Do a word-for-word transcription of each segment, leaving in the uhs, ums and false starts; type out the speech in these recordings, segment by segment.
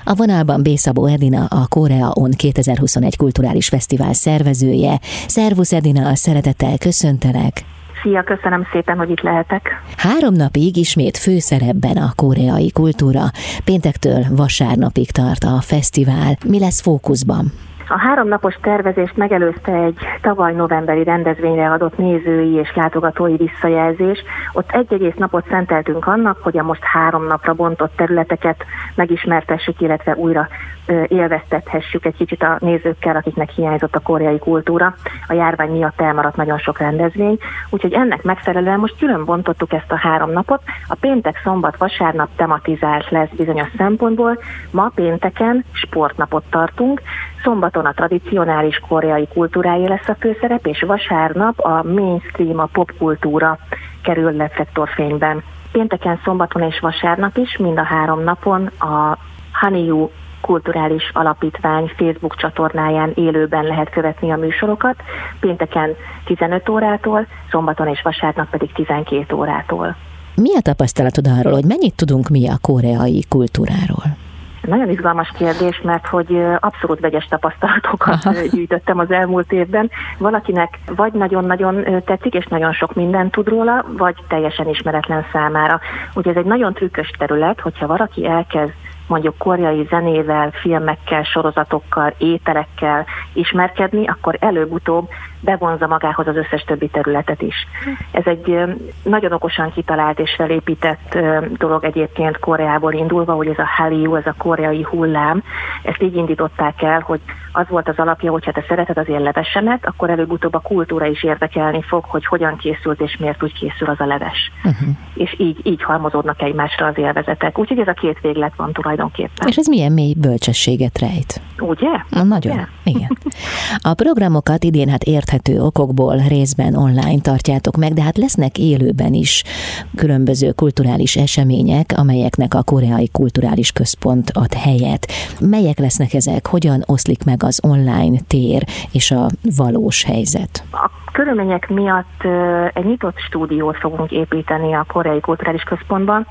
A vonalban B. Szabó Edina, a Korea On kétezer-huszonegy kulturális fesztivál szervezője. Szervusz Edina, szeretettel köszöntelek! Szia, köszönöm szépen, hogy itt lehetek. Három napig ismét főszerepben a koreai kultúra. Péntektől vasárnapig tart a fesztivál. Mi lesz fókuszban? A háromnapos tervezést megelőzte egy tavaly novemberi rendezvényre adott nézői és látogatói visszajelzés. Ott egy egész napot szenteltünk annak, hogy a most három napra bontott területeket megismertessük, illetve újra élveztethessük egy kicsit a nézőkkel, akiknek hiányzott a koreai kultúra. A járvány miatt elmaradt nagyon sok rendezvény, úgyhogy ennek megfelelően most külön bontottuk ezt a három napot. A péntek, szombat, vasárnap tematizált lesz bizonyos szempontból. Ma pénteken sportnapot tartunk, szombaton a tradicionális koreai kultúrája lesz a főszerep, és vasárnap a mainstream, a popkultúra kerül reflektorfényben. Pénteken, szombaton és vasárnap is, mind a három napon a Haniu Kulturális Alapítvány Facebook csatornáján élőben lehet követni a műsorokat, pénteken tizenöt órától, szombaton és vasárnap pedig tizenkét órától. Mi a tapasztalatod arról, hogy mennyit tudunk mi a koreai kultúráról? Nagyon izgalmas kérdés, mert hogy abszolút vegyes tapasztalatokat Aha. gyűjtöttem az elmúlt évben. Valakinek vagy nagyon-nagyon tetszik, és nagyon sok mindent tud róla, vagy teljesen ismeretlen számára. Úgyhogy ez egy nagyon trükkös terület, hogyha valaki elkezd mondjuk koreai zenével, filmekkel, sorozatokkal, ételekkel ismerkedni, akkor előbb-utóbb bevonza magához az összes többi területet is. Ez egy nagyon okosan kitalált és felépített dolog egyébként Koreából indulva, hogy ez a Hallyu, ez a koreai hullám, ezt így indították el, hogy az volt az alapja, hogyha te szereted az én levesemet, akkor előbb-utóbb a kultúra is érdekelni fog, hogy hogyan készült és miért úgy készül az a leves. Uh-huh. És így, így halmozódnak egymásra az élvezetek. Úgyhogy ez a két véglet van tulajdonképpen. És ez milyen mély bölcsességet rejt? Ugye? Na, nagyon. Ugye? Igen. A programokat idén hát érthető okokból részben online tartjátok meg, de hát lesznek élőben is különböző kulturális események, amelyeknek a Koreai Kulturális Központ ad helyet. Melyek lesznek ezek? Hogyan oszlik meg az online tér és a valós helyzet? A körülmények miatt egy nyitott stúdiót fogunk építeni a Koreai Kulturális Központban,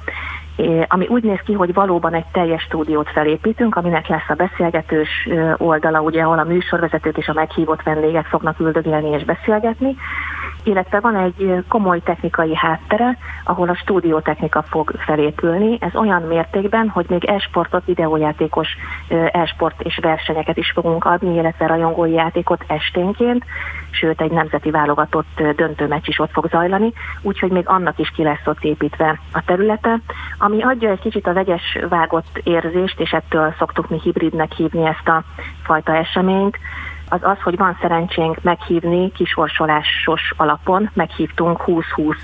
ami úgy néz ki, hogy valóban egy teljes stúdiót felépítünk, aminek lesz a beszélgetős oldala, ugye, ahol a műsorvezetők és a meghívott vendégek fognak üldögélni és beszélgetni, illetve van egy komoly technikai háttere, ahol a stúdiótechnika fog felépülni. Ez olyan mértékben, hogy még e-sportot, videójátékos e-sport és versenyeket is fogunk adni, illetve rajongói játékot esténként, sőt egy nemzeti válogatott döntőmeccs is ott fog zajlani, úgyhogy még annak is ki lesz ott építve a területe, ami adja egy kicsit a vegyes vágott érzést, és ettől szoktuk mi hibridnek hívni ezt a fajta eseményt, az az, hogy van szerencsénk meghívni kisorsolásos alapon, meghívtunk húsz-húsz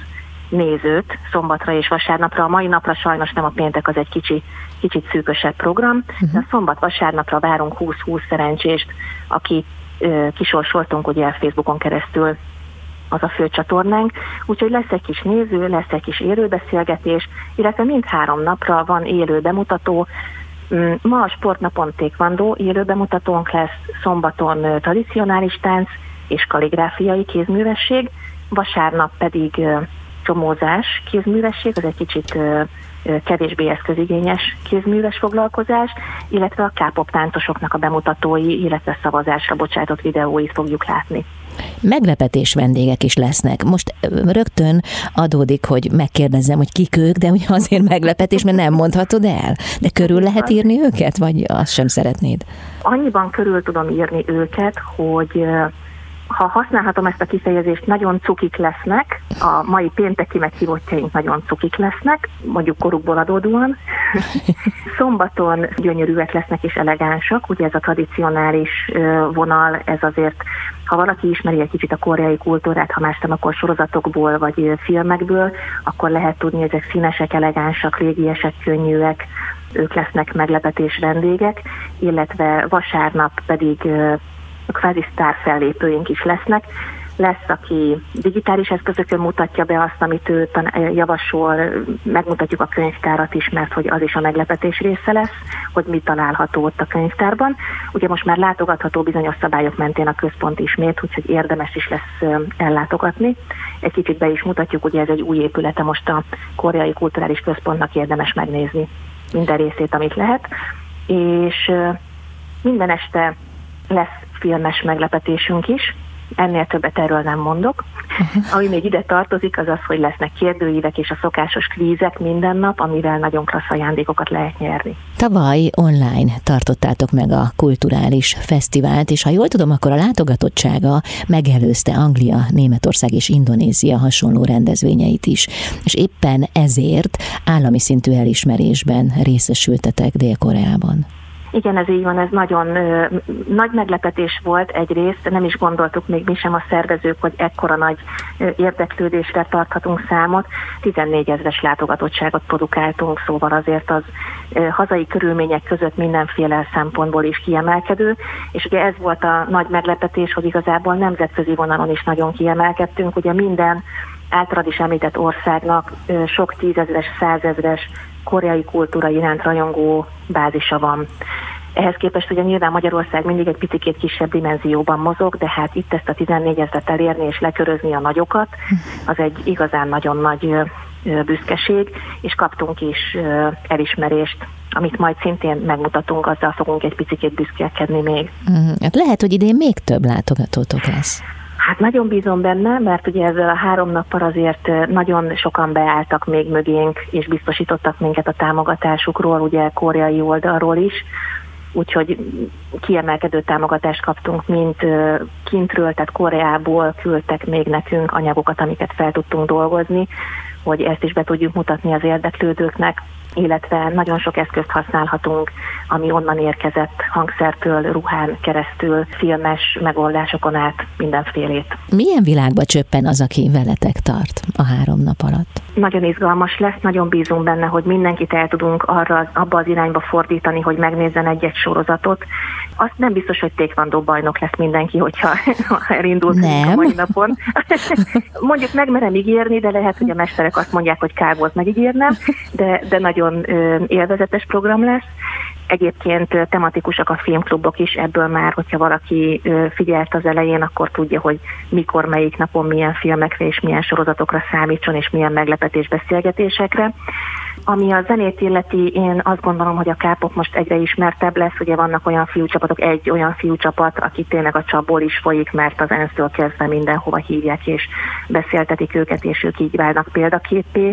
nézőt szombatra és vasárnapra. A mai napra sajnos nem, a péntek az egy kicsi, kicsit szűkösebb program, de a szombat-vasárnapra várunk húsz-húsz szerencsést, aki ö, kisorsoltunk ugye a Facebookon keresztül, az a fő csatornánk, úgyhogy lesz egy kis néző, lesz egy kis élőbeszélgetés, illetve mindhárom napra van élő bemutató. Ma a sportnapon taekwondo élő bemutatónk lesz, szombaton tradicionális tánc és kalligráfiai kézművesség, vasárnap pedig csomózás kézművesség, az egy kicsit kevésbé eszközigényes kézműves foglalkozás, illetve a K-pop táncosoknak a bemutatói, illetve szavazásra bocsátott videóit fogjuk látni. Meglepetés vendégek is lesznek. Most rögtön adódik, hogy megkérdezzem, hogy kik ők, de ugye azért meglepetés, mert nem mondhatod el. De körül lehet írni őket, vagy azt sem szeretnéd? Annyiban körül tudom írni őket, hogy ha használhatom ezt a kifejezést, nagyon cukik lesznek, a mai pénteki meghívottjaink nagyon cukik lesznek, mondjuk korukból adódóan. Szombaton gyönyörűek lesznek és elegánsak, ugye ez a tradicionális vonal, ez azért, ha valaki ismeri egy kicsit a koreai kultúrát, ha más nem, akkor sorozatokból vagy filmekből, akkor lehet tudni, hogy ezek színesek, elegánsak, régiesek, könnyűek, ők lesznek meglepetés vendégek, illetve vasárnap pedig kvázi sztár fellépőink is lesznek. Lesz, aki digitális eszközökön mutatja be azt, amit ő javasol, megmutatjuk a könyvtárat is, mert hogy az is a meglepetés része lesz, hogy mi található ott a könyvtárban. Ugye most már látogatható bizonyos szabályok mentén a központ ismét, úgyhogy érdemes is lesz ellátogatni. Egy kicsit be is mutatjuk, ugye ez egy új épülete most a Koreai Kulturális Központnak, érdemes megnézni minden részét, amit lehet. és minden este lesz filmes meglepetésünk is, ennél többet erről nem mondok. Uh-huh. Ami még ide tartozik, az az, hogy lesznek kérdőívek és a szokásos kvízek minden nap, amivel nagyon klassz ajándékokat lehet nyerni. Tavaly online tartottátok meg a kulturális fesztivált, és ha jól tudom, akkor a látogatottsága megelőzte Anglia, Németország és Indonézia hasonló rendezvényeit is. És éppen ezért állami szintű elismerésben részesültetek Dél-Koreában. Igen, ez így van, ez nagyon ö, nagy meglepetés volt egyrészt, nem is gondoltuk még mi sem a szervezők, hogy ekkora nagy ö, érdeklődésre tarthatunk számot. tizennégyezeres látogatottságot produkáltunk, szóval azért az ö, hazai körülmények között mindenféle szempontból is kiemelkedő, és ugye ez volt a nagy meglepetés, hogy igazából nemzetközi vonalon is nagyon kiemelkedtünk, ugye minden általad is említett országnak ö, sok tízezres, százezres koreai kultúra iránt rajongó bázisa van. Ehhez képest ugye nyilván Magyarország mindig egy picikét kisebb dimenzióban mozog, de hát itt ezt a tizennégyezret elérni és lekörözni a nagyokat, az egy igazán nagyon nagy büszkeség, és kaptunk is elismerést, amit majd szintén megmutatunk, azzal fogunk egy picikét büszkélkedni még. Hát lehet, hogy idén még több látogatótok lesz. Hát nagyon bízom benne, mert ugye ezzel a három nappal azért nagyon sokan beálltak még mögénk, és biztosítottak minket a támogatásukról, ugye koreai oldalról is, úgyhogy kiemelkedő támogatást kaptunk, mint kintről, tehát Koreából küldtek még nekünk anyagokat, amiket fel tudtunk dolgozni, hogy ezt is be tudjuk mutatni az érdeklődőknek, illetve nagyon sok eszközt használhatunk, ami onnan érkezett, hangszertől, ruhán keresztül, filmes megoldásokon át, mindenfélét. Milyen világba csöppen az, aki veletek tart a három nap alatt? Nagyon izgalmas lesz, nagyon bízunk benne, hogy mindenkit el tudunk arra, abba az irányba fordítani, hogy megnézzen egy-egy sorozatot. Azt nem biztos, hogy taekwondo bajnok lesz mindenki, hogyha ha elindult a mai napon. Mondjuk megmerem ígérni, de lehet, hogy a mesterek azt mondják, hogy kár volt megígérnem, de, de nagyon élvezetes program lesz. Egyébként tematikusak a filmklubok is, ebből már, hogyha valaki figyelt az elején, akkor tudja, hogy mikor, melyik napon milyen filmekre és milyen sorozatokra számítson, és milyen meglepetés beszélgetésekre. Ami a zenét illeti, én azt gondolom, hogy a K-pop most egyre ismertebb lesz, ugye vannak olyan fiúcsapatok, egy olyan fiúcsapat, aki tényleg a csapból is folyik, mert az ensztől kezdve mindenhova hívják, és beszéltetik őket, és ők így válnak példaképpé.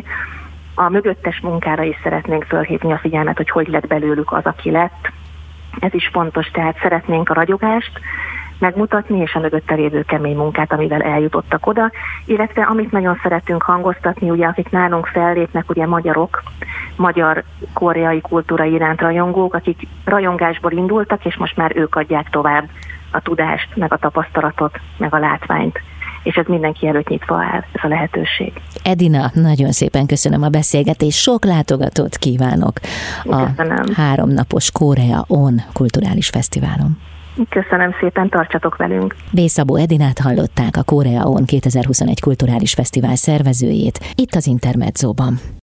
A mögöttes munkára is szeretnénk fölhívni a figyelmet, hogy hogy lett belőlük az, aki lett. Ez is fontos, tehát szeretnénk a ragyogást megmutatni, és a mögötte lévő kemény munkát, amivel eljutottak oda, illetve amit nagyon szeretünk hangoztatni, ugye akik nálunk fellépnek, ugye magyarok, magyar koreai kultúra iránt rajongók, akik rajongásból indultak, és most már ők adják tovább a tudást, meg a tapasztalatot, meg a látványt. És ez mindenki előtt nyitva áll, ez a lehetőség. Edina, nagyon szépen köszönöm a beszélgetést, sok látogatót kívánok a köszönöm. háromnapos Korea On kulturális fesztiválon. Köszönöm szépen, tartsatok velünk! B. Szabó Edinát hallották, a Korea On kétezer-huszonegy kulturális fesztivál szervezőjét, itt az Intermedzóban.